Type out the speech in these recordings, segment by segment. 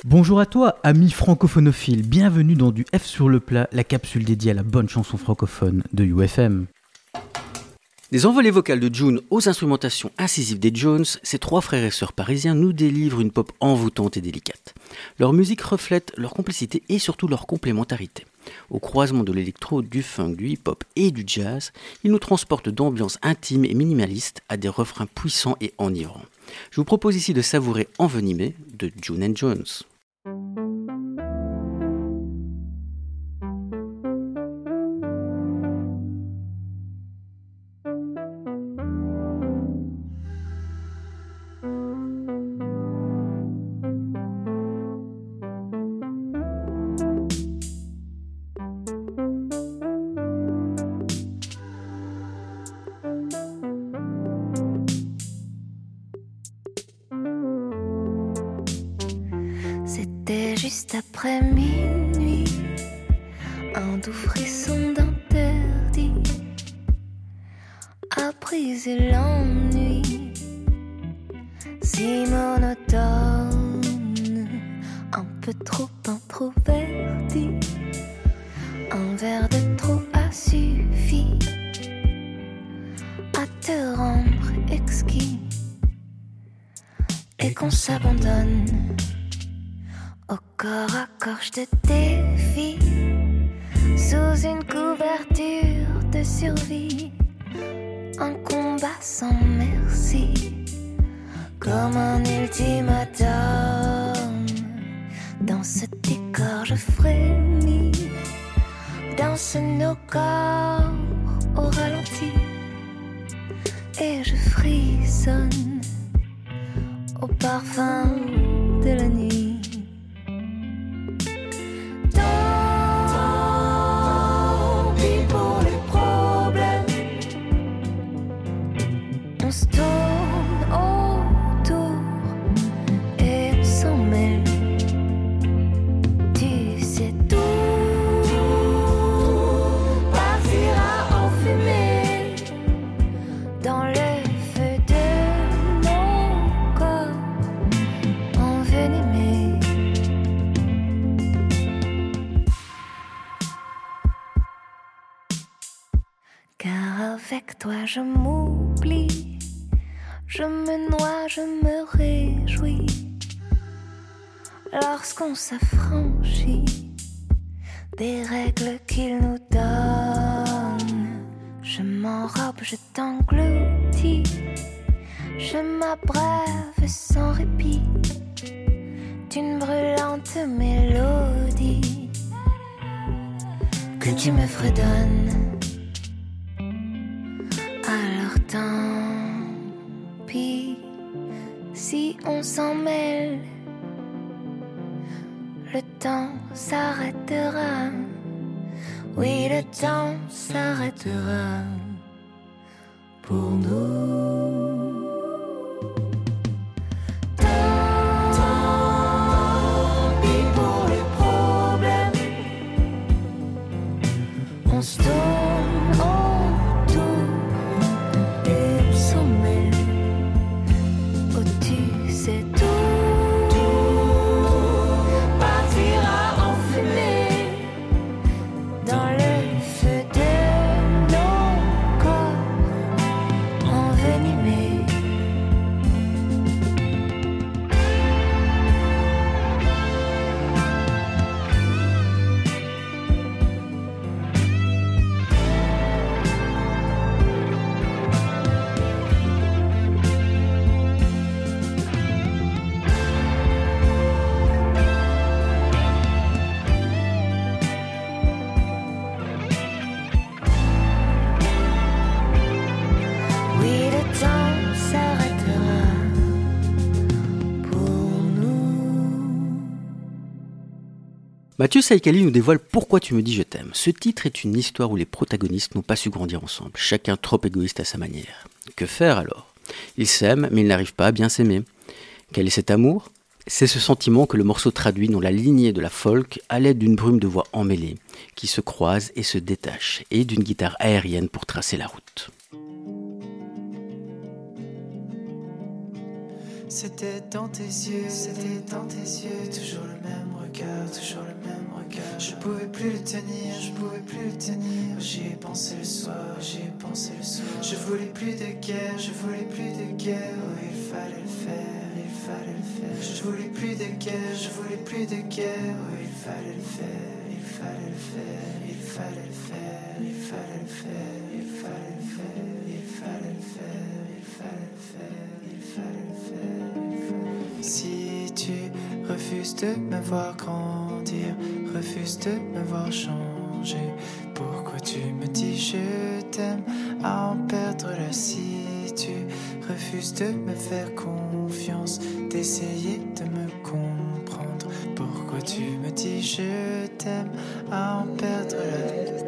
Bonjour à toi, ami francophonophile, bienvenue dans du F sur le plat, la capsule dédiée à la bonne chanson francophone de UFM. Des envolées vocales de June aux instrumentations incisives des Jones, ces trois frères et sœurs parisiens nous délivrent une pop envoûtante et délicate. Leur musique reflète leur complicité et surtout leur complémentarité. Au croisement de l'électro, du funk, du hip-hop et du jazz, ils nous transportent d'ambiances intimes et minimalistes à des refrains puissants et enivrants. Je vous propose ici de savourer Envenimé de June and Jones. C'était juste après minuit, un doux frisson d'interdit a brisé l'ennui, si monotone, un peu trop introverti. Un verre de trop a suffi à te rendre exquis et qu'on s'abandonne. Au corps à corps, je te défie, sous une couverture de survie, un combat sans merci, comme un ultimatum. Dans ce décor, je frémis, danse nos corps au ralenti, et je frissonne au parfum de la nuit. On se tourne autour et on s'en mêle. Tu sais, tout partira en fumée dans le feu de nos corps envenimés. Car avec toi je m'oublie, je me noie, je me réjouis lorsqu'on s'affranchit des règles qu'il nous donne. Je m'enrobe, je t'engloutis, je m'abreuve sans répit d'une brûlante mélodie que tu me fredonnes. Alors tant pis si on s'en mêle, le temps s'arrêtera. Oui, le temps s'arrêtera pour nous. Tant pis pour les problèmes, on se tourne autour et on s'en mêle. Oh, tu sais, tout partira en fumée dans le feu de nos corps envenimés. Oui, le temps s'arrêtera pour nous. Mathieu Saïkali nous dévoile Pourquoi tu me dis je t'aime. Ce titre est une histoire où les protagonistes n'ont pas su grandir ensemble, chacun trop égoïste à sa manière. Que faire alors ? Ils s'aiment, mais ils n'arrivent pas à bien s'aimer. Quel est cet amour ? C'est ce sentiment que le morceau traduit dans la lignée de la folk à l'aide d'une brume de voix emmêlée, qui se croise et se détache, et d'une guitare aérienne pour tracer la route. C'était dans tes yeux, c'était dans tes yeux. Toujours le même regard, toujours le même regard. Je pouvais plus le tenir, je pouvais plus le tenir. J'y ai pensé le soir, j'y ai pensé le soir. Je voulais plus de guerre, je voulais plus de guerre. Oh, il fallait le faire, il fallait le faire. Je voulais plus de guerre, je voulais plus de guerre. Oh, il fallait le faire, il fallait le faire, il fallait le faire, il fallait le faire, il fallait le faire, il fallait le faire, il fallait le faire, il fallait le faire. Si tu refuses de me voir grandir, refuses de me voir changer, pourquoi tu me dis je t'aime à en perdre la? Si tu refuses de me faire confiance, d'essayer de me comprendre, pourquoi tu me dis je t'aime à en perdre la?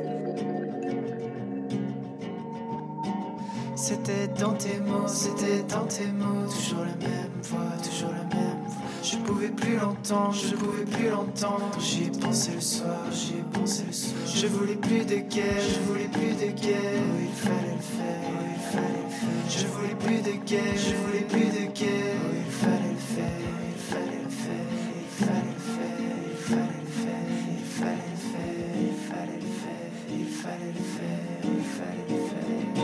C'était dans tes mots, c'était dans tes mots. Toujours la même voix, toujours la même voix. Je pouvais plus l'entendre, je pouvais plus l'entendre. J'y ai pensé le soir, j'y ai pensé le soir. Je voulais plus de guerre, je voulais plus de guerre. Oh, il fallait le faire, oh, il fallait le faire. Je voulais plus de guerre, je voulais plus de guerre. Oh, il fallait le faire, il fallait le faire, il fallait le faire, il fallait le faire, il fallait le faire, il fallait le faire, il fallait le faire, il fallait le faire.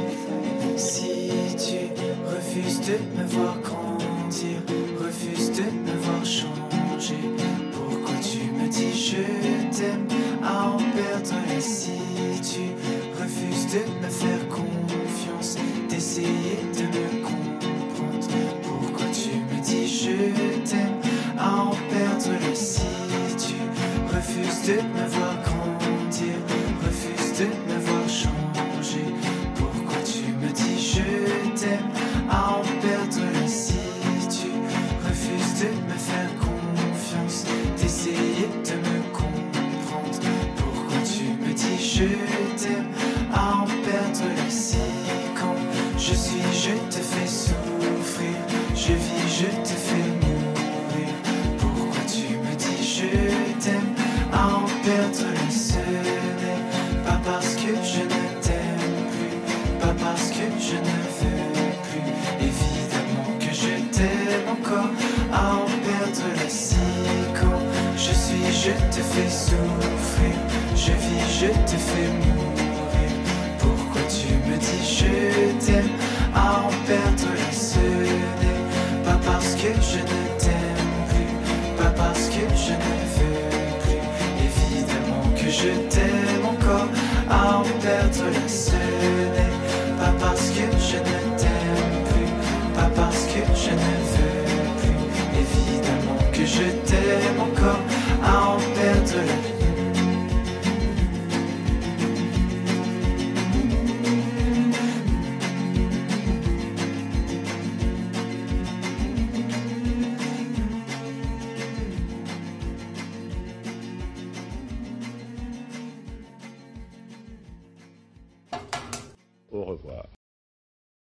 Si tu refuses de me voir grandir, refuses de me voir changer, pourquoi tu me dis je t'aime à en perdre la? Si tu refuses de me faire confiance, d'essayer de me comprendre, pourquoi tu me dis je t'aime à en perdre la? Si tu refuses de me voir grandir, refuses de me voir changer, pourquoi tu me dis je t'aime à en perdre la? Si tu refuses de me faire confiance, d'essayer de me comprendre, pourquoi tu me dis je t'aime à en perdre la? Si quand je suis je te fais souffrir, je vis je te fais mourir, pourquoi tu me dis je t'aime à en perdre la? Ce n'est pas parce que je ne t'aime plus, pas parce que je ne veux plus, évidemment que je t'aime encore à en perdre la? Si quand je suis je te fais souffrir, je vis je te fais mourir, pourquoi tu me dis je t'aime à en perdre la? Ce n'est pas parce que je ne t'aime plus, pas parce que je ne veux plus, évidemment que je t'aime encore à en perdre la? Ce n'est pas parce que je ne t'aime plus, pas parce que je ne veux plus, évidemment que je t'aime encore à en perdre la? Au revoir.